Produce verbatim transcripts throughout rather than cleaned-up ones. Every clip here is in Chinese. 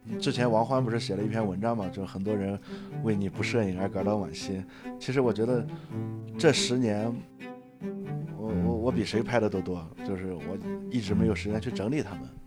之前王欢不是写了一篇文章嘛，就很多人为你不摄影而感到惋惜。其实我觉得这十年，我我我比谁拍的都多，就是我一直没有时间去整理他们。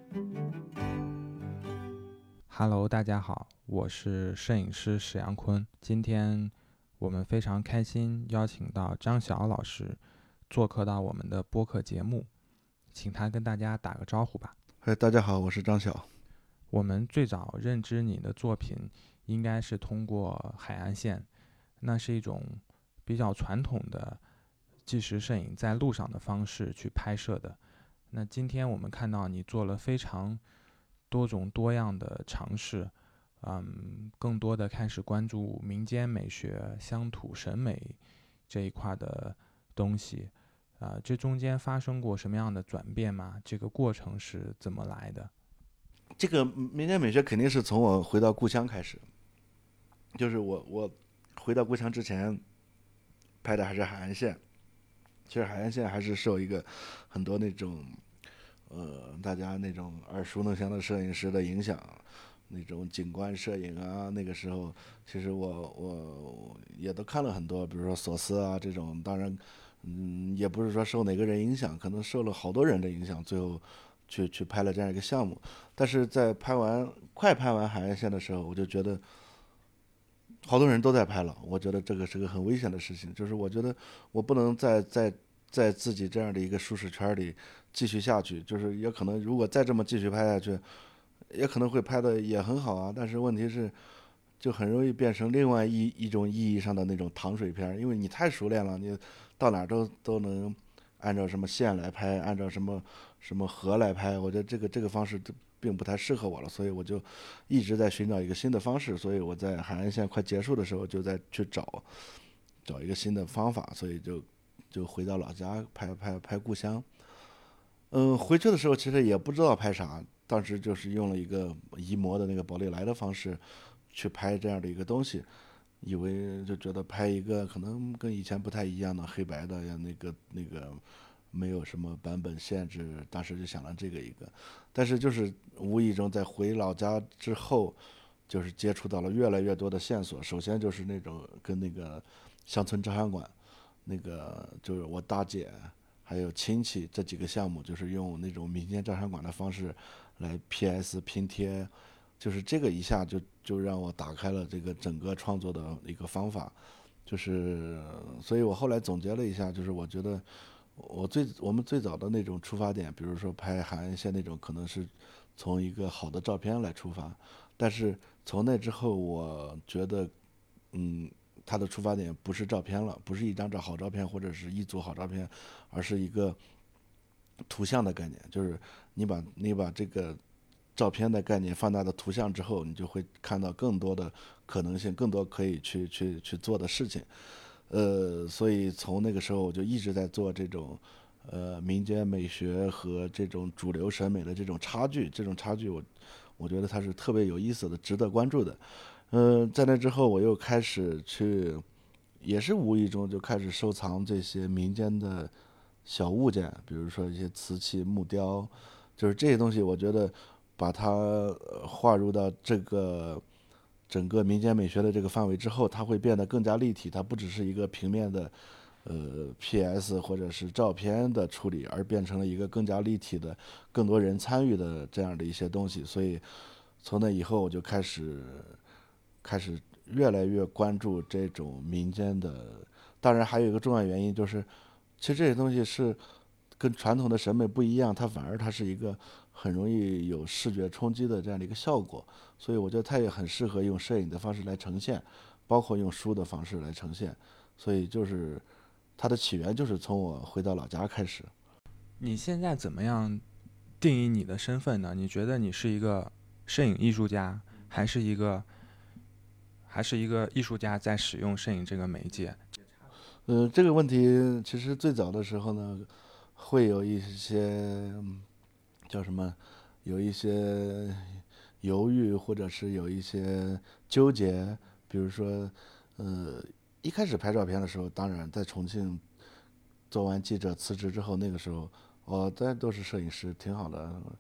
Hello，大家好，我是摄影师史阳坤。今天我们非常开心邀请到张晓老师做客到我们的播客节目，请他跟大家打个招呼吧。 哎，大家好，我是张晓。 我们最早认知你的作品应该是通过海岸线，那是一种比较传统的纪实摄影在路上的方式去拍摄的。那今天我们看到你做了非常多种多样的尝试，嗯，更多的开始关注民间美学、乡土审美这一块的东西，啊、呃，这中间发生过什么样的转变吗？这个过程是怎么来的？ 这个民间美学肯定是从我回到故乡开始，就是我我回到故乡之前拍的还是海岸线。其实海岸线还是受一个很多那种呃大家那种耳熟能详的摄影师的影响，那种景观摄影啊，那个时候其实我我也都看了很多，比如说索斯啊这种，当然嗯也不是说受哪个人影响，可能受了好多人的影响，最后去去拍了这样一个项目。但是在拍完快拍完海岸线的时候，我就觉得好多人都在拍了，我觉得这个是个很危险的事情，就是我觉得我不能再在在自己这样的一个舒适圈里继续下去，就是也可能如果再这么继续拍下去，也可能会拍的也很好啊，但是问题是就很容易变成另外一一种意义上的那种糖水片，因为你太熟练了，你到哪都都能按照什么线来拍，按照什么什么河来拍，我觉得这个这个方式并不太适合我了，所以我就一直在寻找一个新的方式，所以我在海岸线快结束的时候就在去找找一个新的方法，所以就就回到老家拍拍拍故乡。嗯，回去的时候其实也不知道拍啥，当时就是用了一个移模的那个宝丽来的方式去拍这样的一个东西，以为就觉得拍一个可能跟以前不太一样的黑白的呀，那个那个没有什么版本限制，当时就想了这个一个，但是就是无意中在回老家之后，就是接触到了越来越多的线索。首先就是那种跟那个乡村照相馆，那个就是我大姐还有亲戚这几个项目，就是用那种民间照相馆的方式来 P S 拼贴，就是这个一下就就让我打开了这个整个创作的一个方法。就是所以我后来总结了一下，就是我觉得我最我们最早的那种出发点，比如说拍海岸线那种，可能是从一个好的照片来出发，但是从那之后，我觉得，嗯，它的出发点不是照片了，不是一张照好照片或者是一组好照片，而是一个图像的概念，就是你把你把这个照片的概念放大到图像之后，你就会看到更多的可能性，更多可以去去去做的事情。呃，所以从那个时候我就一直在做这种，呃，民间美学和这种主流审美的这种差距，这种差距我我觉得它是特别有意思的，值得关注的。嗯、呃，在那之后我又开始去，也是无意中就开始收藏这些民间的小物件，比如说一些瓷器、木雕，就是这些东西，我觉得把它呃划入到这个整个民间美学的这个范围之后，它会变得更加立体，它不只是一个平面的呃 P S 或者是照片的处理，而变成了一个更加立体的、更多人参与的这样的一些东西。所以从那以后，我就开始开始越来越关注这种民间的。当然，还有一个重要原因就是，其实这些东西是跟传统的审美不一样，它反而它是一个很容易有视觉冲击的这样的一个效果，所以我觉得它也很适合用摄影的方式来呈现，包括用书的方式来呈现，所以就是它的起源就是从我回到老家开始。 你现在怎么样定义你的身份呢？你觉得你是一个摄影艺术家，还是一个还是一个艺术家在使用摄影这个媒介？ 呃，这个问题其实最早的时候呢，会有一些叫什么，有一些犹豫，或者是有一些纠结。比如说，呃，一开始拍照片的时候，当然在重庆做完记者辞职之后，那个时候，哦，大家都是摄影师，挺好的。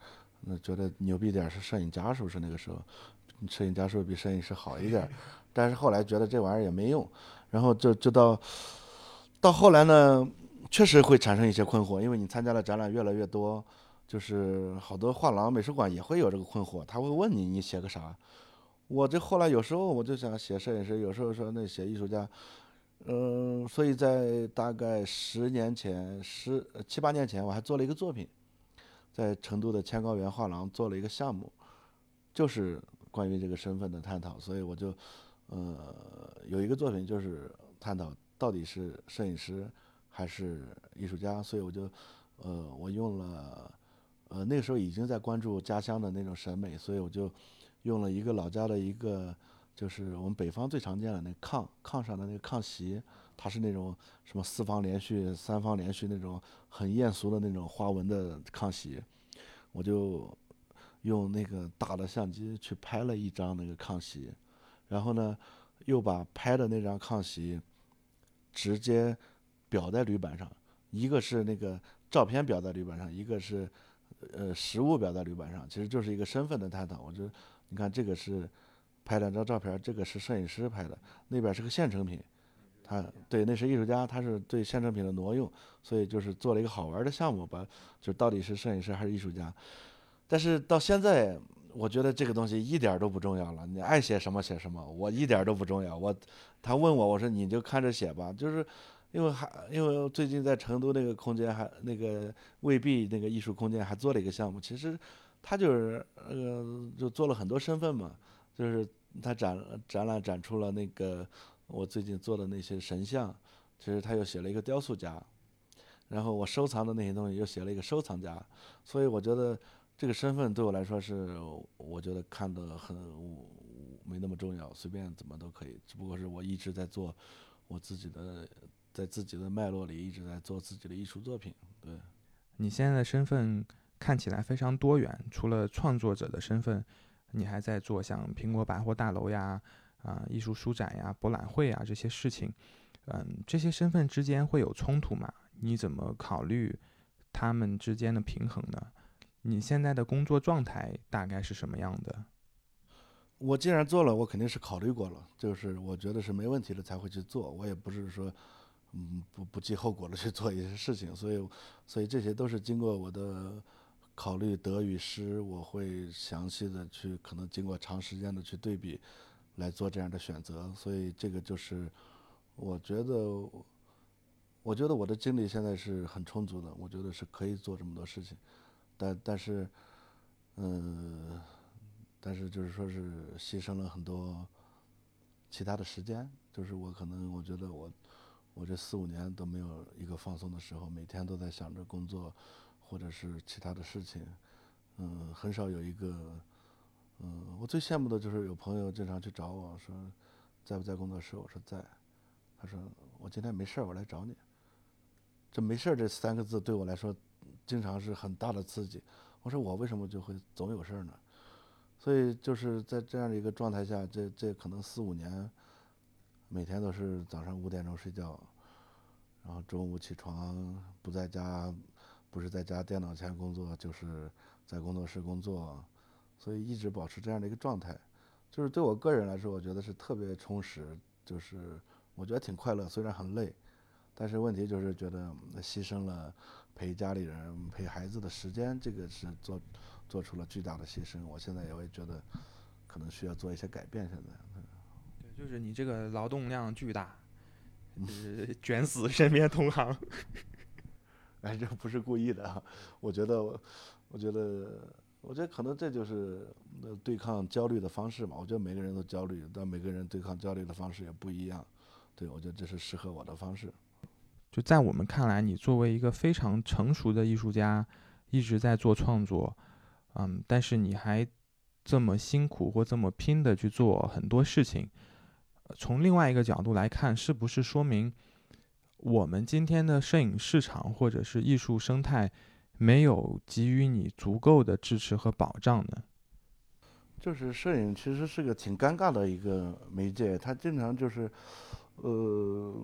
那觉得牛逼点是摄影家，是不是那个时候？摄影家是不是比摄影师好一点？但是后来觉得这玩意儿也没用，然后就就到到后来呢，确实会产生一些困惑，因为你参加的展览越来越多，就是好多画廊、美术馆也会有这个困惑，他会问你你写个啥。我这后来有时候我就想写摄影师，有时候说那写艺术家，嗯，所以在大概十年前、十呃七八年前，我还做了一个作品，在成都的千高原画廊做了一个项目，就是关于这个身份的探讨，所以我就呃有一个作品就是探讨到底是摄影师还是艺术家，所以我就呃我用了呃那个时候已经在关注家乡的那种审美，所以我就用了一个老家的一个就是我们北方最常见的那炕炕上的那个炕席，它是那种什么四方连续、三方连续那种很艳俗的那种花纹的炕席，我就用那个大的相机去拍了一张那个炕席，然后呢，又把拍的那张炕席直接裱在铝板上，一个是那个照片裱在铝板上，一个是呃实物裱在铝板上，其实就是一个身份的探讨。我觉得你看这个是拍两张照片，这个是摄影师拍的，那边是个现成品。他对，那是艺术家，他是对现成品的挪用，所以就是做了一个好玩的项目，把就到底是摄影师还是艺术家。但是到现在，我觉得这个东西一点都不重要了。你爱写什么写什么，我一点都不重要。我他问我，我说你就看着写吧。就是因为还因为最近在成都那个空间还那个未必那个艺术空间还做了一个项目，其实他就是呃就做了很多身份嘛，就是他展展览展出了那个我最近做的那些神像，其实他又写了一个雕塑家，然后我收藏的那些东西又写了一个收藏家，所以我觉得这个身份对我来说是，我觉得看得很没那么重要，随便怎么都可以。只不过是我一直在做我自己的，在自己的脉络里一直在做自己的艺术作品。对， 你现在的身份看起来非常多元，除了创作者的身份，你还在做像苹果百货大楼呀、啊、艺术书展呀、博览会呀这些事情。嗯，这些身份之间会有冲突吗？你怎么考虑他们之间的平衡呢？你现在的工作状态大概是什么样的？ 我既然做了，我肯定是考虑过了，就是我觉得是没问题的才会去做，我也不是说嗯不不计后果的去做一些事情，所以所以这些都是经过我的考虑得与失，我会详细的去可能经过长时间的去对比来做这样的选择，所以这个就是我觉得我觉得我的精力现在是很充足的，我觉得是可以做这么多事情，但但是嗯。但是就是说是牺牲了很多其他的时间，就是我可能我觉得我我这四五年都没有一个放松的时候，每天都在想着工作或者是其他的事情，嗯，很少有一个，嗯，我最羡慕的就是有朋友经常去找我说在不在工作室，我说在，他说我今天没事我来找你，这没事这三个字对我来说经常是很大的刺激，我说我为什么就会总有事呢？所以就是在这样的一个状态下，这这可能四五年，每天都是早上五点钟睡觉，然后中午起床，不在家，不是在家电脑前工作，就是在工作室工作，所以一直保持这样的一个状态，就是对我个人来说，我觉得是特别充实，就是我觉得挺快乐，虽然很累，但是问题就是觉得牺牲了陪家里人、陪孩子的时间，这个是做做出了巨大的牺牲。我现在也会觉得可能需要做一些改变。现在， 对，就是你这个劳动量巨大，呃，卷死身边同行。 哎，这不是故意的啊，我觉得，我觉得，我觉得可能这就是呃对抗焦虑的方式嘛。我觉得每个人都焦虑，但每个人对抗焦虑的方式也不一样。对，我觉得这是适合我的方式。 就在我们看来，你作为一个非常成熟的艺术家，一直在做创作，嗯，但是你还这么辛苦或这么拼的去做很多事情。呃从另外一个角度来看，是不是说明我们今天的摄影市场或者是艺术生态没有给予你足够的支持和保障呢？ 就是摄影其实是个挺尴尬的一个媒介，它经常就是，呃，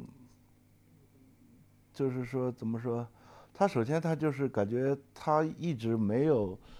就是说怎么说，它首先它就是感觉它一直没有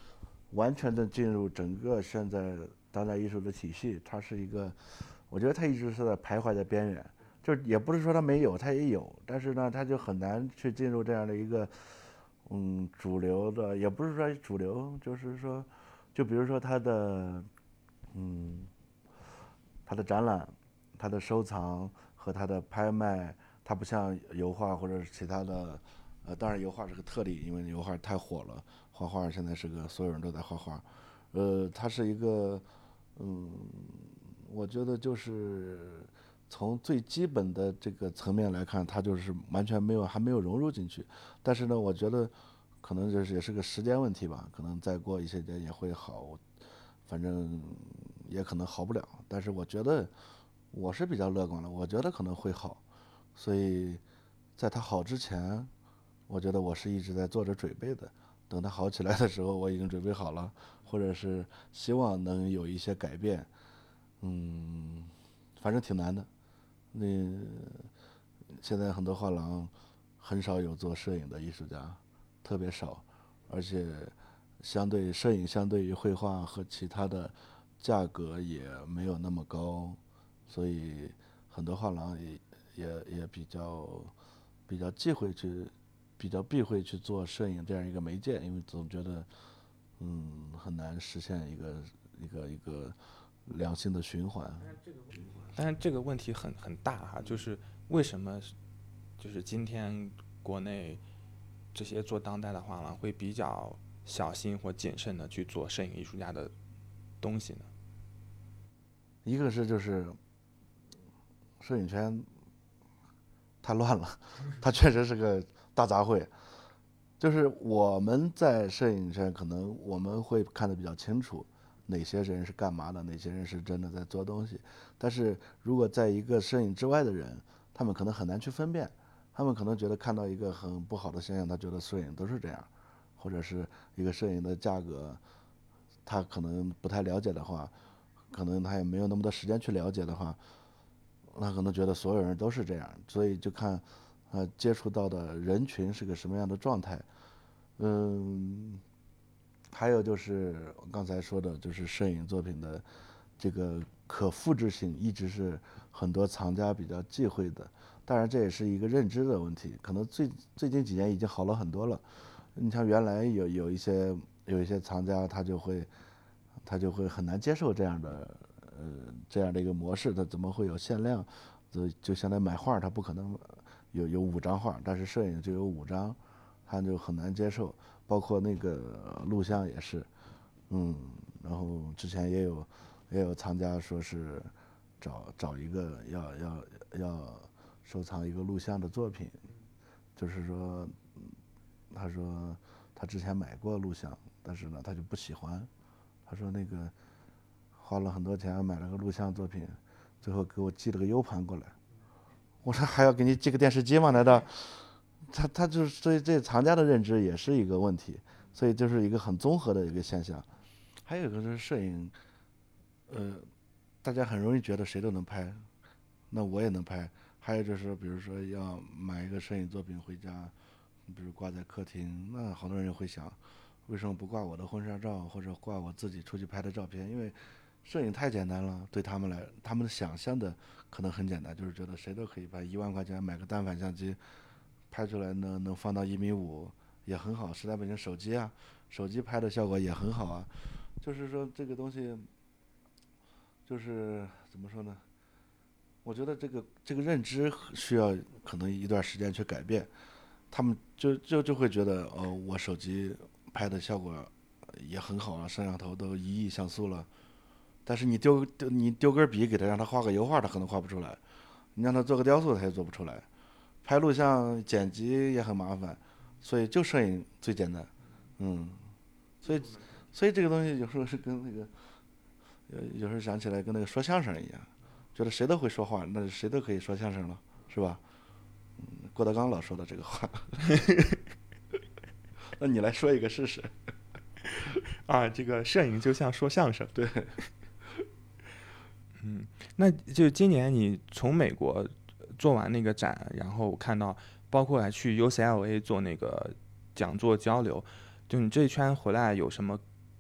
完全的进入整个现在当代艺术的体系，它是一个，我觉得它一直是在徘徊在边缘，就是也不是说它没有，它也有，但是呢，它就很难去进入这样的一个，嗯，主流的，也不是说主流，就是说，就比如说它的，嗯，它的展览、它的收藏和它的拍卖，它不像油画或者是其他的，呃，当然油画是个特例，因为油画太火了，画画现在是个所有人都在画画，呃，它是一个，嗯，我觉得就是从最基本的这个层面来看，它就是完全没有还没有融入进去。但是呢，我觉得可能就是也是个时间问题吧，可能再过一些年也会好，反正也可能好不了。但是我觉得我是比较乐观的，我觉得可能会好。所以在它好之前，我觉得我是一直在做着准备的。等它好起来的时候，我已经准备好了，或者是希望能有一些改变。嗯，反正挺难的。那现在很多画廊很少有做摄影的艺术家，特别少，而且相对摄影相对于绘画和其他的价格也没有那么高，所以很多画廊也也也比较比较忌讳去比较避讳去做摄影这样一个媒介，因为总觉得嗯很难实现一个一个一个良性的循环。 但是这个问题很很大哈，就是为什么就是今天国内这些做当代的画廊会比较小心或谨慎的去做摄影艺术家的东西呢？ 一个是就是摄影圈太乱了，它确实是个大杂烩。就是我们在摄影圈，可能我们会看得比较清楚，哪些人是干嘛的，哪些人是真的在做东西。但是如果在一个摄影之外的人，他们可能很难去分辨，他们可能觉得看到一个很不好的现象，他觉得摄影都是这样，或者是一个摄影的价格，他可能不太了解的话，可能他也没有那么多时间去了解的话，那可能觉得所有人都是这样，所以就看，呃，接触到的人群是个什么样的状态。嗯，还有就是我刚才说的，就是摄影作品的这个可复制性，一直是很多藏家比较忌讳的。当然，这也是一个认知的问题，可能最最近几年已经好了很多了。你像原来有有一些有一些藏家，他就会他就会很难接受这样的呃这样的一个模式，他怎么会有限量？就就相当于买画，他不可能有有五张画，但是摄影就有五张，他就很难接受。包括那个录像也是，嗯，然后之前也有也有藏家说是找找一个要要要收藏一个录像的作品，就是说，他说他之前买过录像，但是呢他就不喜欢，他说那个花了很多钱买了个录像作品，最后给我寄了个 U 盘过来，我说还要给你寄个电视机吗？难道？他他就是对这藏家的认知也是一个问题，所以就是一个很综合的一个现象。还有一个就是摄影，呃，大家很容易觉得谁都能拍，那我也能拍。还有就是，比如说要买一个摄影作品回家，比如挂在客厅，那好多人会想，为什么不挂我的婚纱照，或者挂我自己出去拍的照片？因为摄影太简单了，对他们来，他们的想象的可能很简单，就是觉得谁都可以拍，一万块钱买个单反相机，拍出来呢能放到一米五也很好，时代北京手机啊，手机拍的效果也很好啊。就是说这个东西，就是怎么说呢？我觉得这个这个认知需要可能一段时间去改变。他们就就就会觉得，哦，我手机拍的效果也很好了，摄像头都一亿像素了，但是你丢丢你丢根笔给他，让他画个油画，他可能画不出来；你让他做个雕塑，他也做不出来。拍录像剪辑也很麻烦，所以就摄影最简单。嗯，所以所以这个东西有时候是跟那个，有有时候想起来跟那个说相声一样，觉得谁都会说话，那谁都可以说相声了，是吧？嗯，郭德纲老说的这个话，那你来说一个试试。 啊，这个摄影就像说相声。 对， 嗯，那就今年你从美国做完那个展，然后看到包括还去 U C L A 做那个讲座交流，就你这一圈回来有什么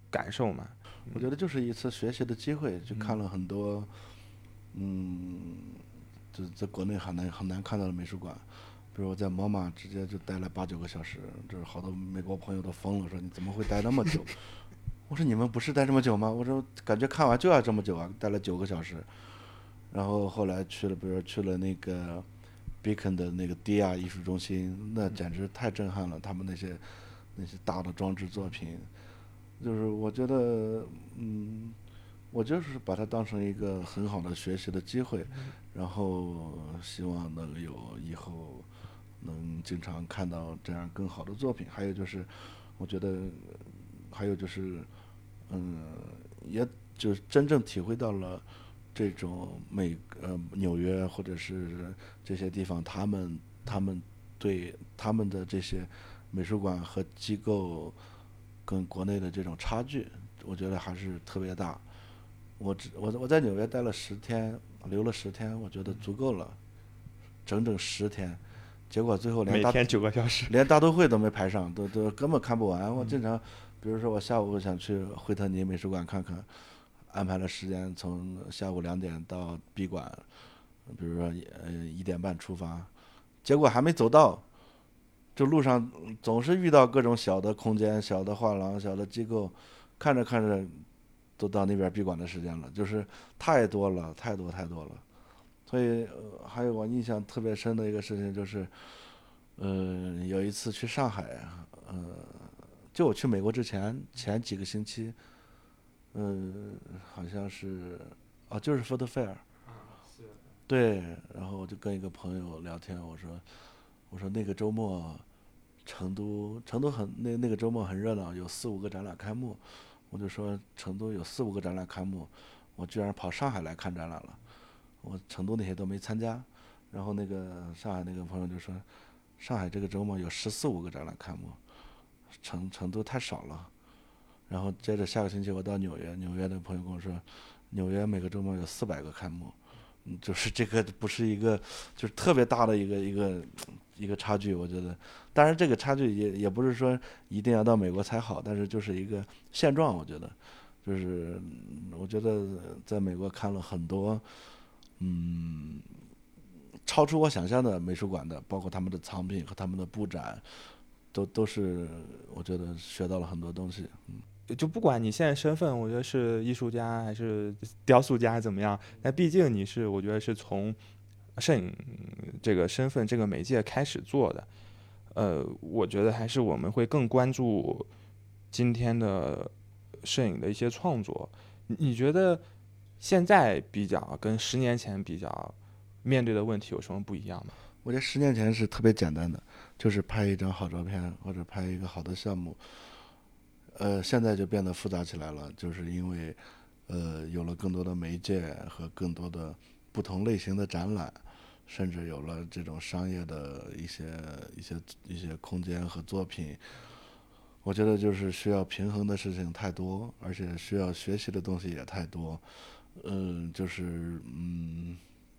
感受嘛。 我觉得就是一次学习的机会，去看了很多，嗯，就在国内很难很难看到的美术馆。比如我在 M O M A 直接就待了八九个小时，就是好多美国朋友都疯了，说你怎么会待那么久？我说你们不是待这么久吗？我说感觉看完就要这么久啊，待了九个小时。然后后来去了，比如去了那个 Beacon 的那个 D R 艺术中心，那简直太震撼了，他们那些那些大的装置作品，就是我觉得，嗯，我就是把它当成一个很好的学习的机会，然后希望能有以后能经常看到这样更好的作品。还有就是，我觉得，还有就是，嗯，也就是真正体会到了这种美呃纽约或者是这些地方，他们他们对他们的这些美术馆和机构跟国内的这种差距，我觉得还是特别大。我只我我在纽约待了十天，留了十天，我觉得足够了，整整十天。结果最后连大每天九个小时， 连大都会都没排上，都都根本看不完。我经常，比如说我下午想去惠特尼美术馆看看，安排了时间从下午两点到闭馆，比如说呃一点半出发，结果还没走到，这路上总是遇到各种小的空间、小的画廊、小的机构，看着看着都到那边闭馆的时间了，就是太多了，太多太多了。所以、呃、还有我印象特别深的一个事情就是，呃，有一次去上海，呃，就我去美国之前前几个星期，嗯、呃，好像是，啊，就是 Photo Fair，对，然后我就跟一个朋友聊天，我说，我说那个周末，成都成都很那那个周末很热闹，有四五个展览开幕，我就说成都有四五个展览开幕，我居然跑上海来看展览了，我成都那些都没参加，然后那个上海那个朋友就说，上海这个周末有十四五个展览开幕，成成都太少了。然后接着下个星期我到纽约，纽约的朋友跟我说，纽约每个周末有四百个开幕，嗯，就是这个不是一个就是特别大的一个一个一个差距，我觉得。当然这个差距也也不是说一定要到美国才好，但是就是一个现状，我觉得。就是我觉得在美国看了很多，嗯，超出我想象的美术馆的，包括他们的藏品和他们的布展，都都是我觉得学到了很多东西。 就不管你现在身份，我觉得是艺术家还是雕塑家怎么样，但毕竟你是，我觉得是从摄影这个身份、这个媒介开始做的。呃，我觉得还是我们会更关注今天的摄影的一些创作。你你觉得现在比较跟十年前比较，面对的问题有什么不一样吗？ 我觉得十年前是特别简单的，就是拍一张好照片或者拍一个好的项目。呃，现在就变得复杂起来了，就是因为，呃，有了更多的媒介和更多的不同类型的展览，甚至有了这种商业的一些一些一些空间和作品。我觉得就是需要平衡的事情太多，而且需要学习的东西也太多。嗯，就是嗯，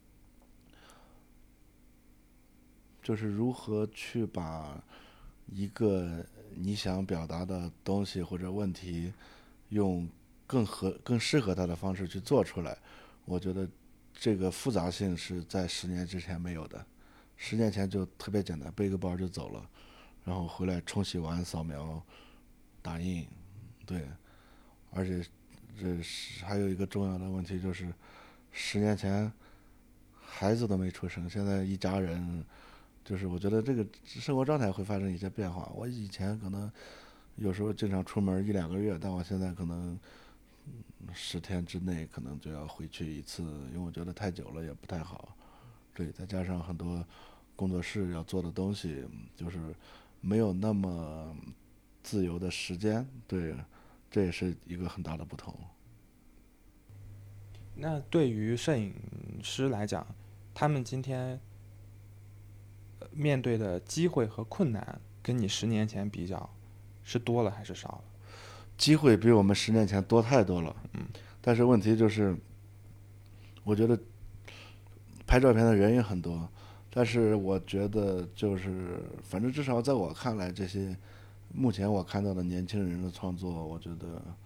就是如何去把一个你想表达的东西或者问题，用更合更适合他的方式去做出来。我觉得这个复杂性是在十年之前没有的，十年前就特别简单，背个包就走了，然后回来冲洗完扫描打印，对，而且这是还有一个重要的问题就是，十年前孩子都没出生，现在一家人，就是我觉得这个生活状态会发生一些变化。我以前可能有时候经常出门一两个月，但我现在可能十天之内可能就要回去一次，因为我觉得太久了也不太好。对，再加上很多工作室要做的东西，就是没有那么自由的时间。对，这也是一个很大的不同。 那对于摄影师来讲，他们今天面对的机会和困难，跟你十年前比较，是多了还是少了？ 机会比我们十年前多太多了， 嗯， 但是问题就是，我觉得拍照片的人也很多，但是我觉得就是，反正至少在我看来，这些目前我看到的年轻人的创作，我觉得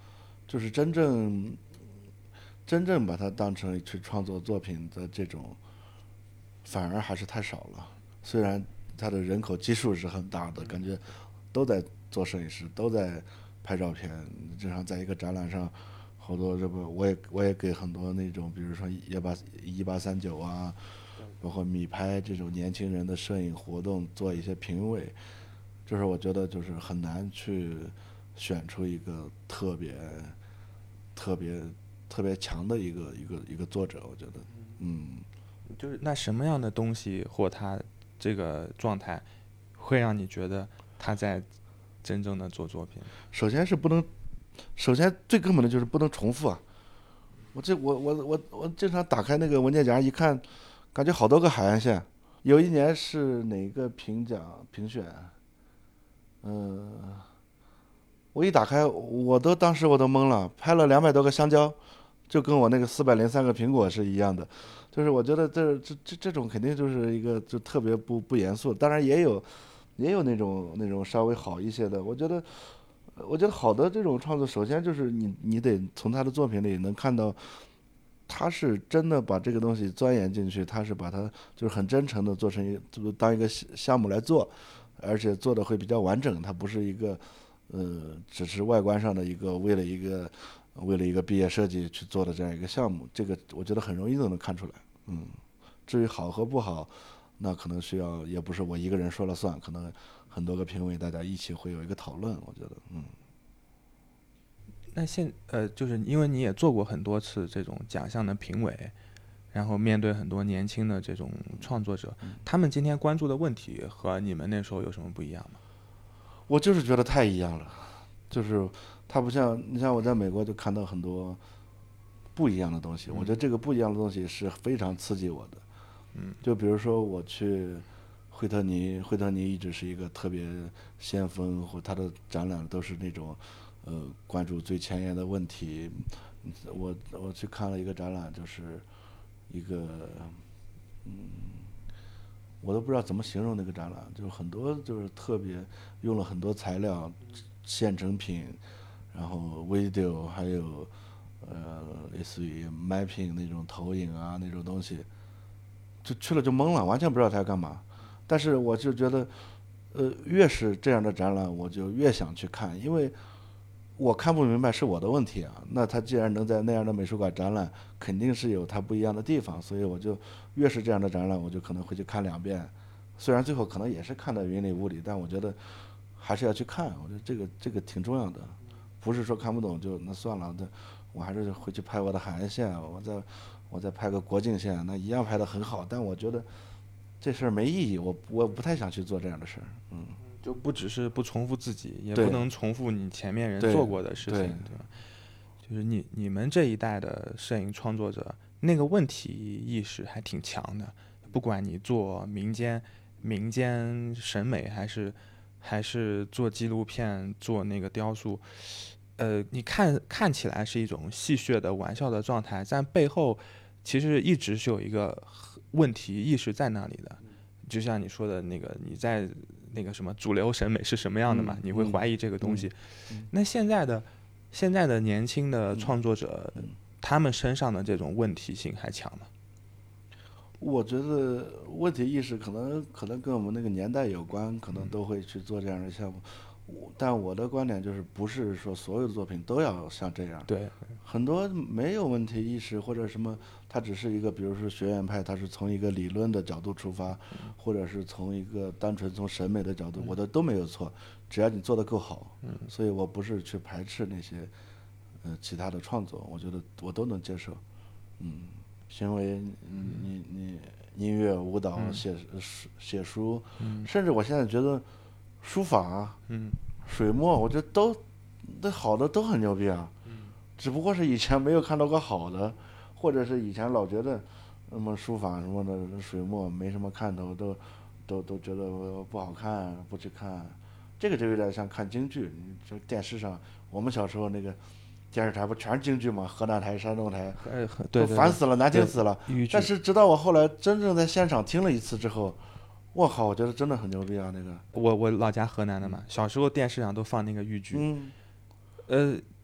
就是真正真正把它当成去创作作品的这种，反而还是太少了。虽然它的人口基数是很大的，感觉都在做摄影师，都在拍照片。经常在一个展览上，好多这不，我也我也给很多那种，比如说一八一八三九啊，包括米拍这种年轻人的摄影活动做一些评委。就是我觉得就是很难去选出一个特别特别特别强的一个一个一个作者，我觉得，嗯， 就是那什么样的东西或他这个状态，会让你觉得他在真正的做作品？ 首先是不能，首先最根本的就是不能重复啊。我这我我我我经常打开那个文件夹一看，感觉好多个海岸线。有一年是哪个评奖评选？嗯、呃，我一打开，我都当时我都懵了，拍了两百多个香蕉，就跟我那个四百零三个苹果是一样的。就是我觉得这这这这种肯定就是一个就特别不不严肃，当然也有也有那种那种稍微好一些的。我觉得我觉得好的这种创作，首先就是你你得从他的作品里能看到，他是真的把这个东西钻研进去，他是把它就是很真诚的做成一就当一个项目来做，而且做的会比较完整，它不是一个呃只是外观上的一个为了一个为了一个毕业设计去做的这样一个项目。这个我觉得很容易都能看出来。嗯，至于好和不好，那可能需要也不是我一个人说了算，可能很多个评委大家一起会有一个讨论。我觉得，嗯。 那现呃，就是因为你也做过很多次这种奖项的评委，然后面对很多年轻的这种创作者，他们今天关注的问题和你们那时候有什么不一样吗？ 我就是觉得太一样了，就是它不像你像我在美国就看到很多不一样的东西，我觉得这个不一样的东西是非常刺激我的。 嗯， 就比如说我去惠特尼，惠特尼一直是一个特别先锋，或他的展览都是那种呃关注最前沿的问题。我我去看了一个展览，就是一个嗯，我都不知道怎么形容那个展览，就是很多就是特别用了很多材料，现成品，然后 video 还有呃类似于 mapping 那种投影啊那种东西，就去了就懵了，完全不知道他要干嘛。但是我就觉得，呃，越是这样的展览，我就越想去看，因为我看不明白是我的问题啊。那他既然能在那样的美术馆展览，肯定是有他不一样的地方，所以我就越是这样的展览，我就可能会去看两遍。虽然最后可能也是看得云里雾里，但我觉得还是要去看。我觉得这个这个挺重要的，不是说看不懂就那算了，这我还是回去拍我的海岸线，我再我再拍个国境线，那一样拍得很好。但我觉得这事儿没意义，我我不太想去做这样的事儿。嗯， 就不只是不重复自己，也对不能重复你前面人对做过的事情， 对对吧？就是你你们这一代的摄影创作者，那个问题意识还挺强的。不管你做民间民间审美，还是还是做纪录片、做那个雕塑，呃，你看看起来是一种戏谑的玩笑的状态，但背后其实一直是有一个问题意识在那里的。就像你说的那个，你在那个什么主流审美是什么样的嘛？ 嗯你会怀疑这个东西。 嗯嗯那现在的现在的年轻的创作者， 嗯他们身上的这种问题性还强吗？ 我觉得问题意识可能可能跟我们那个年代有关，可能都会去做这样的项目。我但我的观点就是，不是说所有的作品都要像这样。 对， 很多没有问题意识或者什么，它只是一个，比如说学院派，它是从一个理论的角度出发，或者是从一个单纯从审美的角度，我的都没有错，只要你做得够好。所以我不是去排斥那些呃其他的创作，我觉得我都能接受。嗯，行为，嗯你你音乐、舞蹈、写书写书，甚至我现在觉得书法、 嗯水墨，我觉得都那好的都很牛逼啊。只不过是以前没有看到过好的，或者是以前老觉得那么书法什么的水墨没什么看头，都都都觉得不好看，不去看。这个就有点像看京剧，你这电视上我们小时候那个电视台不全是京剧吗？河南台、山东台， 呃，对都对对， 烦死了，难听死了。 豫剧但是直到我后来真正在现场听了一次之后，我靠，我觉得真的很牛逼啊！那个， 我我老家河南的嘛，小时候电视上都放那个豫剧， 嗯， 呃，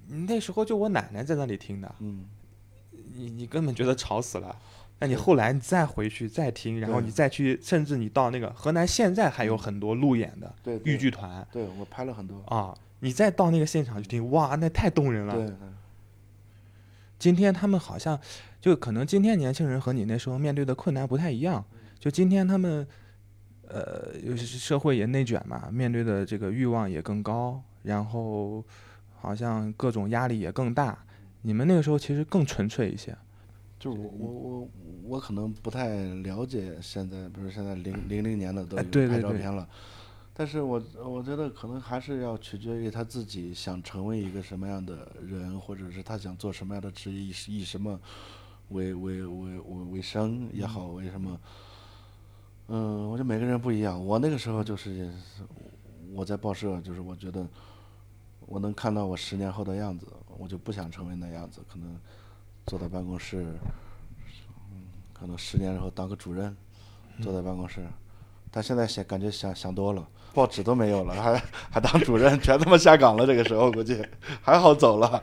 你那时候就我奶奶在那里听的， 嗯， 你你根本觉得吵死了。那你是后来你再回去再听，然后对你再去，甚至你到那个河南现在还有嗯很多路演的对对豫剧团对，我拍了很多， 啊，你再到那个现场去听，哇，那太动人了。 对， 今天他们好像就可能今天年轻人和你那时候面对的困难不太一样，就今天他们呃，尤其是社会也内卷嘛，面对的这个欲望也更高，然后好像各种压力也更大。你们那个时候其实更纯粹一些。 就是我我我我可能不太了解现在，比如现在零零零年的都哎， 有拍对对对， 照片了，但是我我觉得可能还是要取决于他自己想成为一个什么样的人，或者是他想做什么样的职业，以以什么为为为为为生也好，为什么？嗯，我觉得每个人不一样。我那个时候就是我在报社，就是我觉得我能看到我十年后的样子，我就不想成为那样子，可能坐在办公室，可能十年后当个主任，坐在办公室。但现在想感觉想想多了，报纸都没有了，还还当主任，全他妈下岗了。这个时候估计还好走了。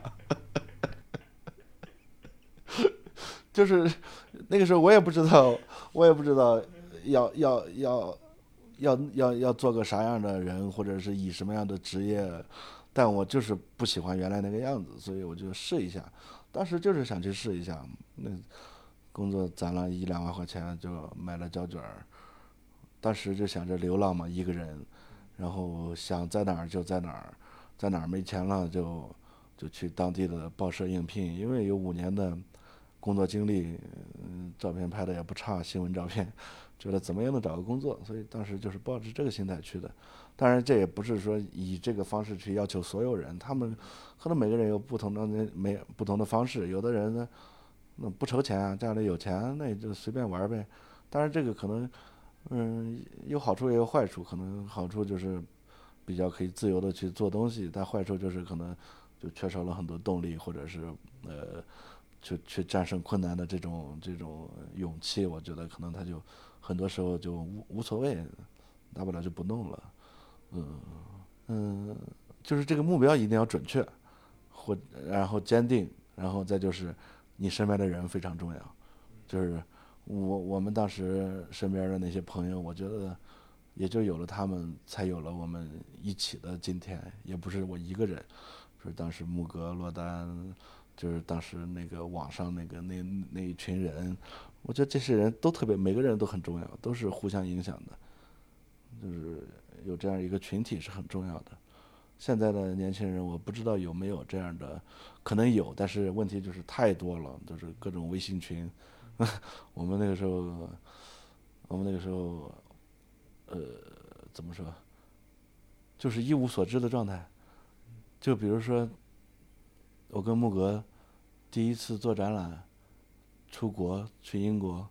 就是那个时候我也不知道，我也不知道要要要要要要做个啥样的人，或者是以什么样的职业，但我就是不喜欢原来那个样子，所以我就试一下。当时就是想去试一下，那工作攒了一两万块钱就买了胶卷儿，当时就想着流浪嘛，一个人，然后想在哪儿就在哪儿，在哪儿没钱了就就去当地的报社应聘，因为有五年的工作经历，嗯，照片拍的也不差，新闻照片，觉得怎么样能找个工作，所以当时就是抱着这个心态去的。当然，这也不是说以这个方式去要求所有人，他们可能每个人有不同的那没不同的方式，有的人呢，那不愁钱啊，家里有钱，那也就随便玩呗。当然，这个可能，嗯，有好处也有坏处，可能好处就是比较可以自由的去做东西，但坏处就是可能就缺少了很多动力，或者是呃。去去战胜困难的这种这种勇气，我觉得可能他就很多时候就无无所谓，大不了就不弄了。嗯嗯，就是这个目标一定要准确，或然后坚定，然后再就是你身边的人非常重要。就是我我们当时身边的那些朋友，我觉得也就有了他们，才有了我们一起的今天，也不是我一个人。就是当时木格、落单。就是当时那个网上那个那那一群人，我觉得这些人都特别，每个人都很重要，都是互相影响的，就是有这样一个群体是很重要的。现在的年轻人我不知道有没有这样的，可能有，但是问题就是太多了，就是各种微信群。我们那个时候，我们那个时候，呃，怎么说，就是一无所知的状态。就比如说，我跟木格第一次做展览，出国去英国，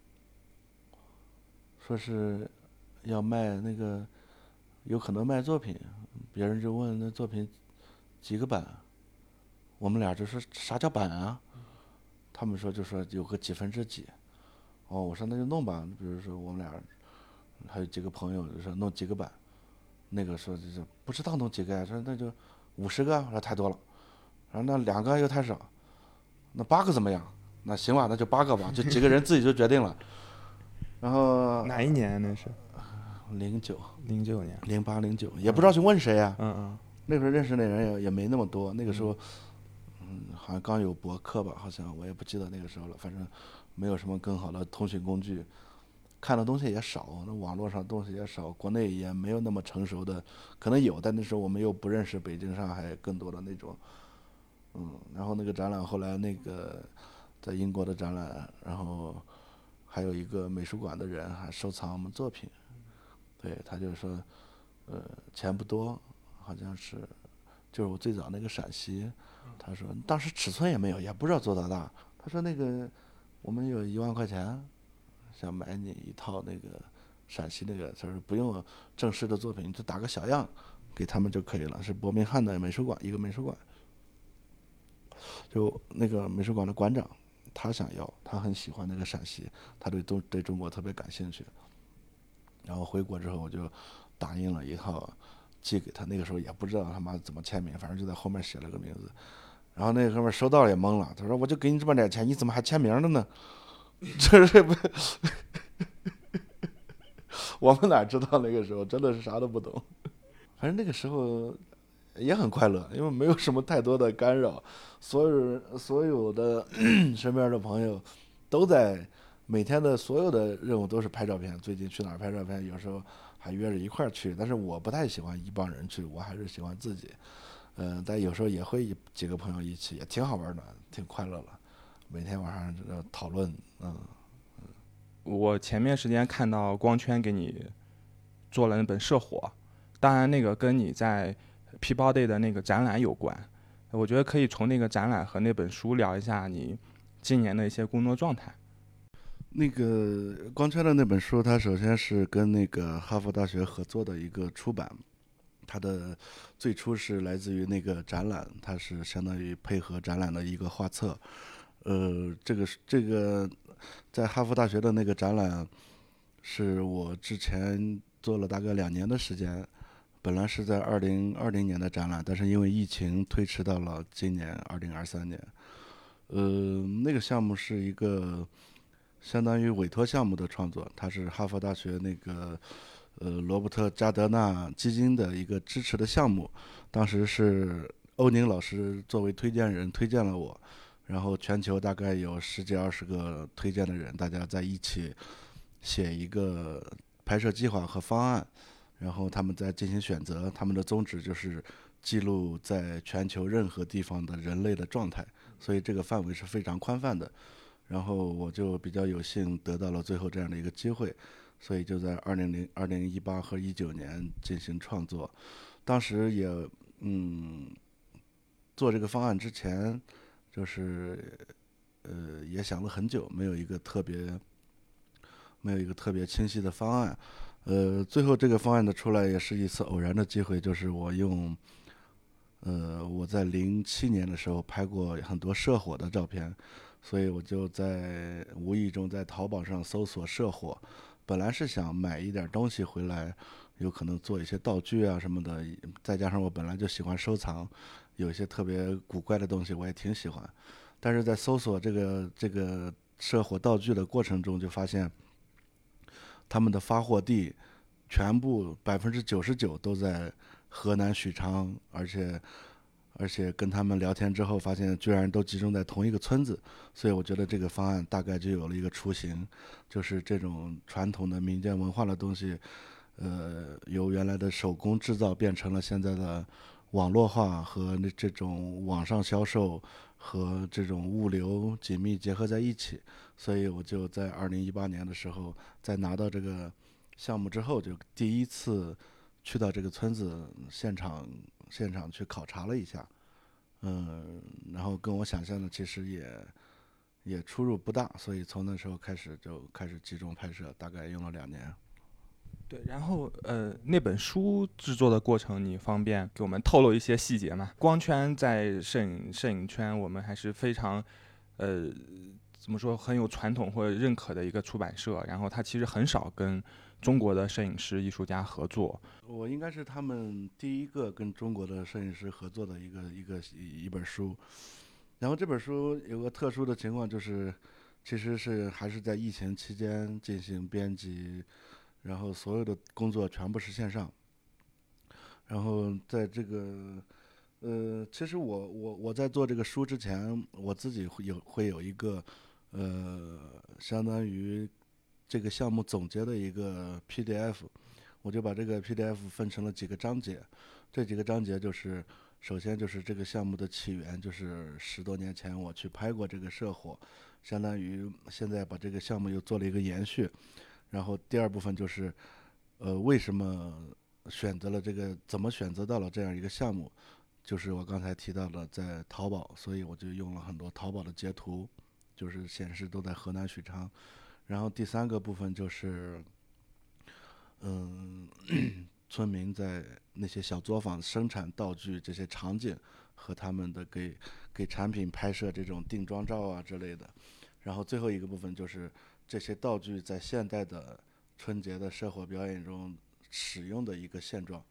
说是要卖那个，有可能卖作品，别人就问那作品几个版，我们俩就说啥叫版啊？他们说就说有个几分之几，哦，我说那就弄吧，比如说我们俩还有几个朋友就说弄几个版，那个说就是不知道弄几个呀，说那就五十个，我说太多了，然后那两个又太少，那八个怎么样？那行吧，那就八个吧，就几个人自己就决定了。然后哪一年那是？ 零九、 零九年。 零八、零九，也不知道去问谁呀、 嗯嗯。 那时候认识的人也也没那么多，那个时候，嗯，好像刚有博客吧，好像我也不记得那个时候了。反正没有什么更好的通讯工具，看的东西也少，那网络上东西也少，国内也没有那么成熟的，可能有，但那时候我们又不认识北京、上海更多的那种，嗯，然后那个展览后来那个在英国的展览，然后还有一个美术馆的人还收藏我们作品，对，他就说，呃，钱不多，好像是，就是我最早那个陕西，他说当时尺寸也没有，也不知道做多大，他说那个我们有一万块钱，想买你一套那个陕西那个，他说不用正式的作品，你就打个小样给他们就可以了，是伯明翰的美术馆一个美术馆，就那个美术馆的馆长，他想要，他很喜欢那个陕西，他对中对中国特别感兴趣，然后回国之后我就打印了一套寄给他，那个时候也不知道他妈怎么签名，反正就在后面写了个名字。然后那个哥们收到了也懵了，他说：“我就给你这么点钱，你怎么还签名了呢？”这是不，我们哪知道那个时候真的是啥都不懂。反正那个时候也很快乐，因为没有什么太多的干扰，所有人所有的身边的朋友都在每天的所有的任务都是拍照片，最近去哪儿拍照片，有时候还约着一块儿去。但是我不太喜欢一帮人去，我还是喜欢自己。嗯、呃，但有时候也会几个朋友一起，也挺好玩的，挺快乐了。每天晚上讨论，嗯。 我前面时间看到光圈给你做了那本《射火》，当然那个跟你在 Peabody 的那个展览有关。我觉得可以从那个展览和那本书聊一下你今年的一些工作状态。 那个光圈的那本书，它首先是跟那个哈佛大学合作的一个出版，它的最初是来自于那个展览，它是相当于配合展览的一个画册。呃，这个这个在哈佛大学的那个展览，是我之前做了大概两年的时间，本来是在二零二零年的展览，但是因为疫情推迟到了今年二零二三年。呃，那个项目是一个相当于委托项目的创作，它是哈佛大学那个呃罗伯特加德纳基金的一个支持的项目，当时是欧宁老师作为推荐人推荐了我，然后全球大概有十几二十个推荐的人，大家在一起写一个拍摄计划和方案，然后他们再进行选择，他们的宗旨就是记录在全球任何地方的人类的状态，所以这个范围是非常宽泛的。然后我就比较有幸得到了最后这样的一个机会，所以就在二零零二零一八和一九年进行创作。当时也嗯做这个方案之前，就是呃也想了很久，没有一个特别没有一个特别清晰的方案。呃，最后这个方案的出来也是一次偶然的机会，就是我用呃我在零七年的时候拍过很多射火的照片。所以我就在无意中在淘宝上搜索射火，本来是想买一点东西回来，有可能做一些道具啊什么的，再加上我本来就喜欢收藏，有一些特别古怪的东西我也挺喜欢。但是在搜索这个这个射火道具的过程中，就发现他们的发货地全部百分之九十九都在河南许昌，而且而且跟他们聊天之后，发现居然都集中在同一个村子，所以我觉得这个方案大概就有了一个雏形，就是这种传统的民间文化的东西，呃，由原来的手工制造变成了现在的网络化和这种网上销售和这种物流紧密结合在一起，所以我就在二零一八年的时候，在拿到这个项目之后，就第一次去到这个村子现场现场去考察了一下。嗯，然后跟我想象的其实也也出入不大，所以从那时候开始就开始集中拍摄，大概用了两年。 对，然后呃，那本书制作的过程，你方便给我们透露一些细节吗？光圈在摄影摄影圈，我们还是非常呃怎么说很有传统或者认可的一个出版社，然后它其实很少跟中国的摄影师艺术家合作。 我应该是他们第一个跟中国的摄影师合作的一个一个一本书。然后这本书有个特殊的情况，就是其实是还是在疫情期间进行编辑，然后所有的工作全部是线上。然后在这个呃，其实我我我在做这个书之前，我自己会有会有一个呃，相当于这个项目总结的一个 P D F，我就把这个 P D F 分成了几个章节，这几个章节就是首先就是这个项目的起源，就是十多年前我去拍过这个射火，相当于现在把这个项目又做了一个延续。然后第二部分就是呃为什么选择了这个，怎么选择到了这样一个项目，就是我刚才提到的在淘宝，所以我就用了很多淘宝的截图，就是显示都在河南许昌。然后第三个部分就是嗯村民在那些小作坊生产道具这些场景和他们的给给产品拍摄这种定妆照啊之类的。然后最后一个部分就是这些道具在现代的春节的社会表演中使用的一个现状。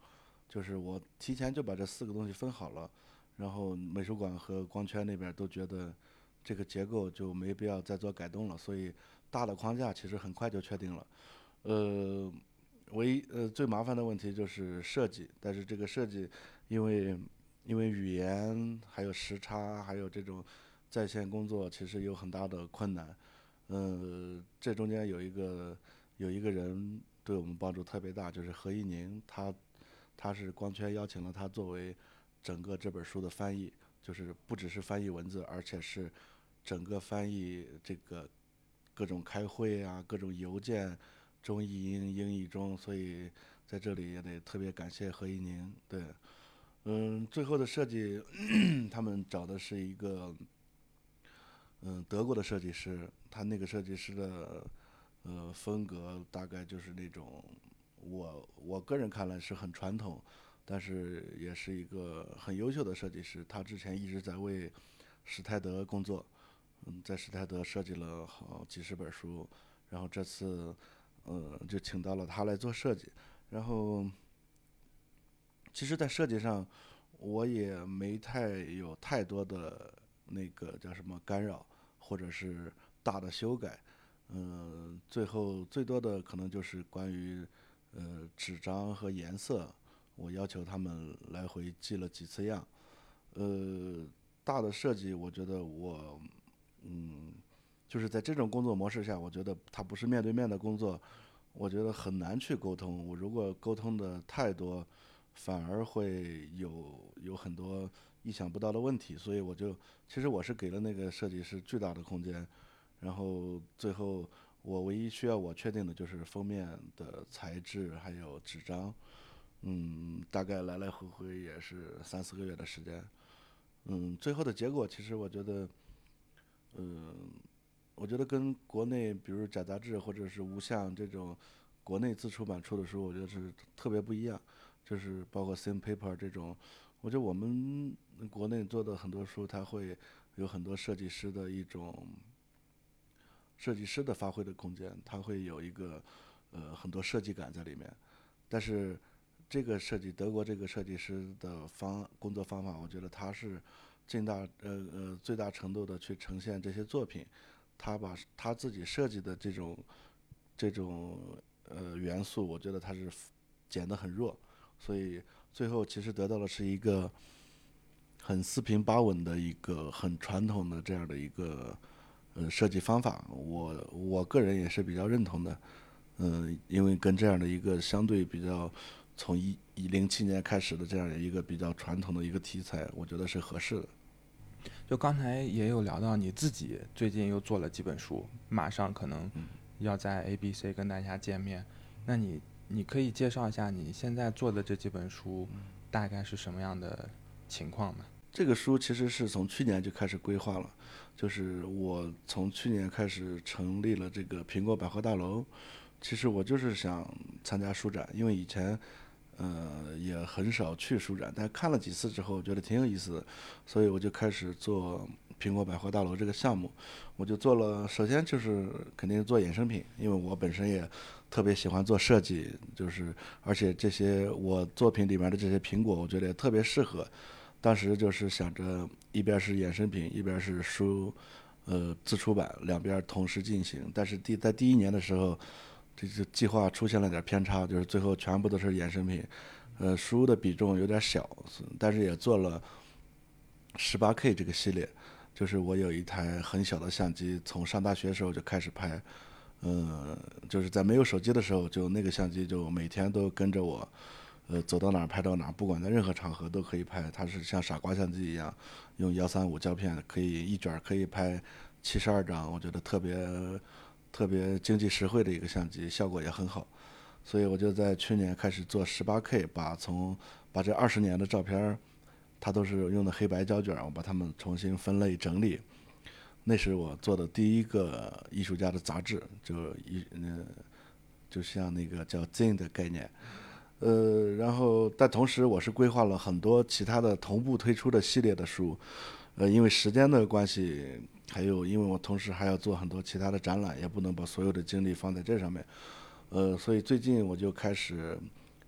就是我提前就把这四个东西分好了，然后美术馆和光圈那边都觉得这个结构就没必要再做改动了，所以大的框架其实很快就确定了。呃，唯一呃最麻烦的问题就是设计，但是这个设计因为因为语言还有时差还有这种在线工作，其实有很大的困难。呃，这中间有一个有一个人对我们帮助特别大，就是何一宁，他他是光圈邀请了他作为整个这本书的翻译，就是不只是翻译文字，而且是整个翻译这个各种开会啊，各种邮件，中译英、英译中，所以在这里也得特别感谢何一宁。对，嗯，最后的设计，他们找的是一个嗯德国的设计师，他那个设计师的呃风格大概就是那种我我个人看来是很传统，但是也是一个很优秀的设计师。他之前一直在为史泰德工作，嗯，在史泰德设计了好几十本书，然后这次呃就请到了他来做设计。然后其实，在设计上我也没太有太多的那个叫什么干扰，或者是大的修改。嗯、呃最后最多的可能就是关于呃纸张和颜色，我要求他们来回寄了几次样。呃，大的设计，我觉得我嗯，就是在这种工作模式下，我觉得它不是面对面的工作，我觉得很难去沟通。我如果沟通的太多，反而会有有很多意想不到的问题，所以我就其实我是给了那个设计师巨大的空间，然后最后我唯一需要我确定的就是封面的材质还有纸张。嗯，大概来来回回也是三四个月的时间。嗯，最后的结果其实我觉得，嗯，我觉得跟国内比如假杂志或者是无相这种国内自出版出的书，我觉得是特别不一样。就是包括 Thin Paper 这种，我觉得我们国内做的很多书，它会有很多设计师的一种设计师的发挥的空间，它会有一个呃很多设计感在里面。但是这个设计德国这个设计师的方工作方法，我觉得他是尽大呃呃最大程度的去呈现这些作品，他把他自己设计的这种这种呃元素，我觉得他是减得很弱，所以最后其实得到的是一个很四平八稳的一个很传统的这样的一个呃设计方法，我我个人也是比较认同的。嗯、呃因为跟这样的一个相对比较从一一零七年开始的这样一个比较传统的一个题材，我觉得是合适的。 就刚才也有聊到你自己最近又做了几本书，马上可能要在 A B C 跟大家见面，那你你可以介绍一下你现在做的这几本书大概是什么样的情况吗？ 这个书其实是从去年就开始规划了，就是我从去年开始成立了这个苹果百货大楼。其实我就是想参加书展，因为以前呃也很少去书展，但看了几次之后觉得挺有意思的，所以我就开始做苹果百货大楼这个项目。我就做了，首先就是肯定做衍生品，因为我本身也特别喜欢做设计，就是而且这些我作品里面的这些苹果，我觉得也特别适合。当时就是想着一边是衍生品，一边是书，呃，自出版，两边同时进行。但是第在第一年的时候，这个计划出现了点偏差，就是最后全部都是衍生品，呃，书的比重有点小，但是也做了十八 K 这个系列。就是我有一台很小的相机，从上大学的时候就开始拍，嗯，就是在没有手机的时候，就那个相机就每天都跟着我，呃，走到哪儿拍到哪儿，不管在任何场合都可以拍。它是像傻瓜相机一样，用幺三五胶片可以一卷可以拍七十二张，我觉得特别特别经济实惠的一个相机，效果也很好。所以我就在去年开始做十八 K，把从把这二十年的照片，它都是用的黑白胶卷，我把它们重新分类整理。那是我做的第一个艺术家的杂志，就一嗯、呃，就像那个叫 Zine 的概念。呃，然后但同时我是规划了很多其他的同步推出的系列的书，呃，因为时间的关系，还有因为我同时还要做很多其他的展览，也不能把所有的精力放在这上面，呃，所以最近我就开始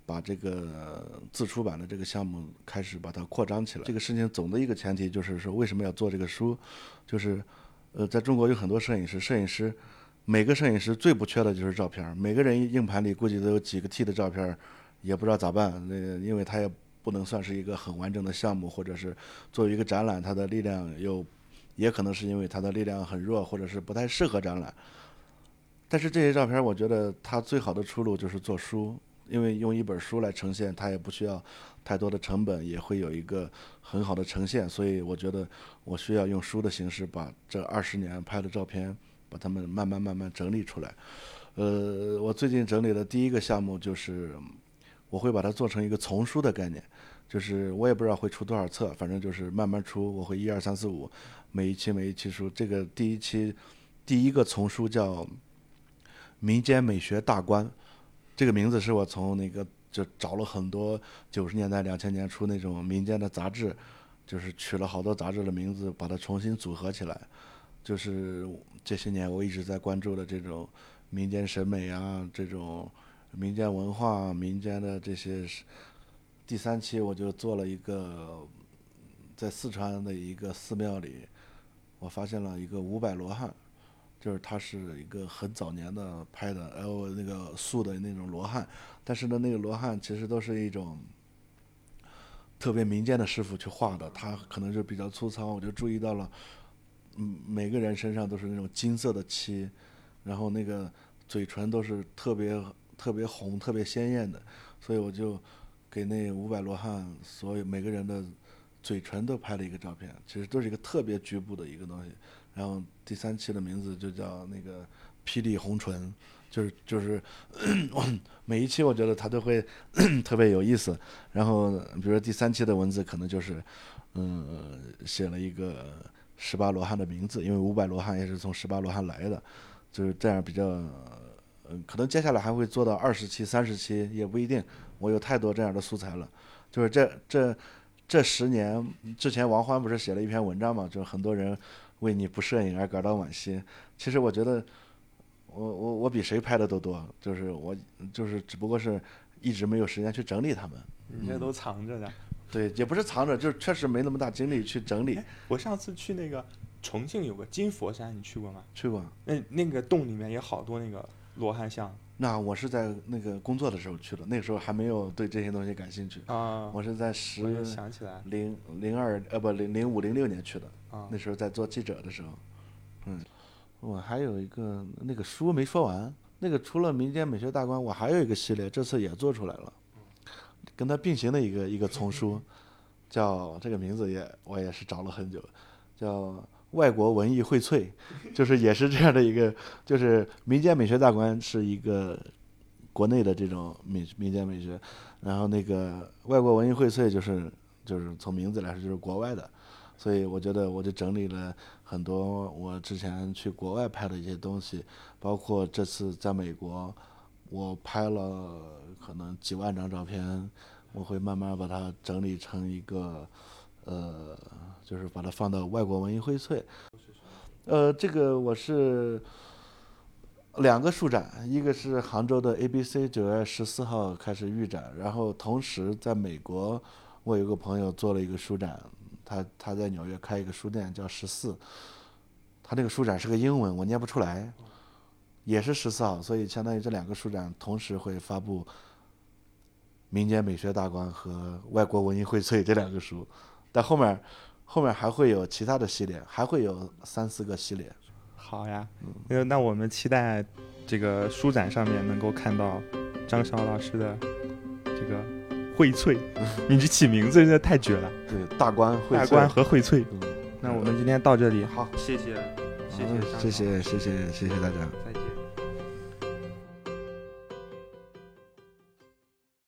把这个自出版的这个项目开始把它扩张起来。这个事情总的一个前提就是说，为什么要做这个书，就是呃，在中国有很多摄影师，摄影师每个摄影师最不缺的就是照片，每个人硬盘里估计都有几个 T 的照片，也不知道咋办。那个因为他也不能算是一个很完整的项目，或者是作为一个展览，它的力量又也可能是因为它的力量很弱，或者是不太适合展览。但是这些照片，我觉得它最好的出路就是做书，因为用一本书来呈现，它也不需要太多的成本，也会有一个很好的呈现。所以我觉得我需要用书的形式，把这二十年拍的照片，把它们慢慢慢慢整理出来。呃，我最近整理的第一个项目就是，我会把它做成一个丛书的概念，就是我也不知道会出多少册，反正就是慢慢出，我会一二三四五，每一期每一期书。这个第一期第一个丛书叫民间美学大观，这个名字是我从那个就找了很多九十年代两千年初那种民间的杂志，就是取了好多杂志的名字，把它重新组合起来。就是这些年我一直在关注的这种民间审美啊，这种民间文化、民间的这些。第三期我就做了一个在四川的一个寺庙里，我发现了一个五百罗汉。就是它是一个很早年的拍的，然后那个塑的那种罗汉，但是呢，那个罗汉其实都是一种特别民间的师傅去画的，他可能就比较粗糙。我就注意到了，嗯，每个人身上都是那种金色的漆，然后那个嘴唇都是特别特别红、特别鲜艳的，所以我就给那五百罗汉所有每个人的嘴唇都拍了一个照片，其实都是一个特别局部的一个东西。然后第三期的名字就叫那个霹雳红唇，就是就是每一期我觉得它都会特别有意思。然后比如说第三期的文字可能就是嗯写了一个十八罗汉的名字，因为五百罗汉也是从十八罗汉来的，就是这样比较嗯可能接下来还会做到二十期三十期也不一定，我有太多这样的素材了。就是这这这十年之前王欢不是写了一篇文章嘛，就是很多人为你不摄影而感到惋惜。其实我觉得我我我比谁拍的都多，就是我就是只不过是一直没有时间去整理他们。 你这都藏着的、嗯、 对，也不是藏着，就是确实没那么大精力去整理。 我上次去那个重庆有个金佛山，你去过吗？ 去过。 那那个洞里面也好多那个罗汉像。 那我是在那个工作的时候去的，那个时候还没有对这些东西感兴趣啊。 我是在十我想起来零零二呃不零零五零六年去的啊， 那时候在做记者的时候。嗯，我还有一个那个书没说完，那个除了民间美学大观，我还有一个系列，这次也做出来了，跟它并行的一个一个丛书，叫这个名字也我也是找了很久，叫外国文艺荟萃，就是也是这样的一个，就是民间美学大观是一个国内的这种民民间美学，然后那个外国文艺荟萃就是就是从名字来说就是国外的，所以我觉得我就整理了很多我之前去国外拍的一些东西，包括这次在美国我拍了可能几万张照片，我会慢慢把它整理成一个呃就是把它放到外国文艺荟萃。呃，这个我是两个书展，一个是杭州的 A B C 九月十四号开始预展，然后同时在美国我有个朋友做了一个书展，他他在纽约开一个书店叫十四，他那个书展是个英文我念不出来，也是十四号，所以相当于这两个书展同时会发布民间美学大观和外国文艺荟萃这两个书，但后面后面还会有其他的系列，还会有三四个系列。 好呀，嗯，那我们期待这个书展上面能够看到张晓老师的这个荟萃，你这起名字真的太绝了。 对，大观荟萃， 大观和荟萃。 嗯， 那我们今天到这里， 好， 谢谢，谢谢， 谢谢，谢谢，谢谢大家。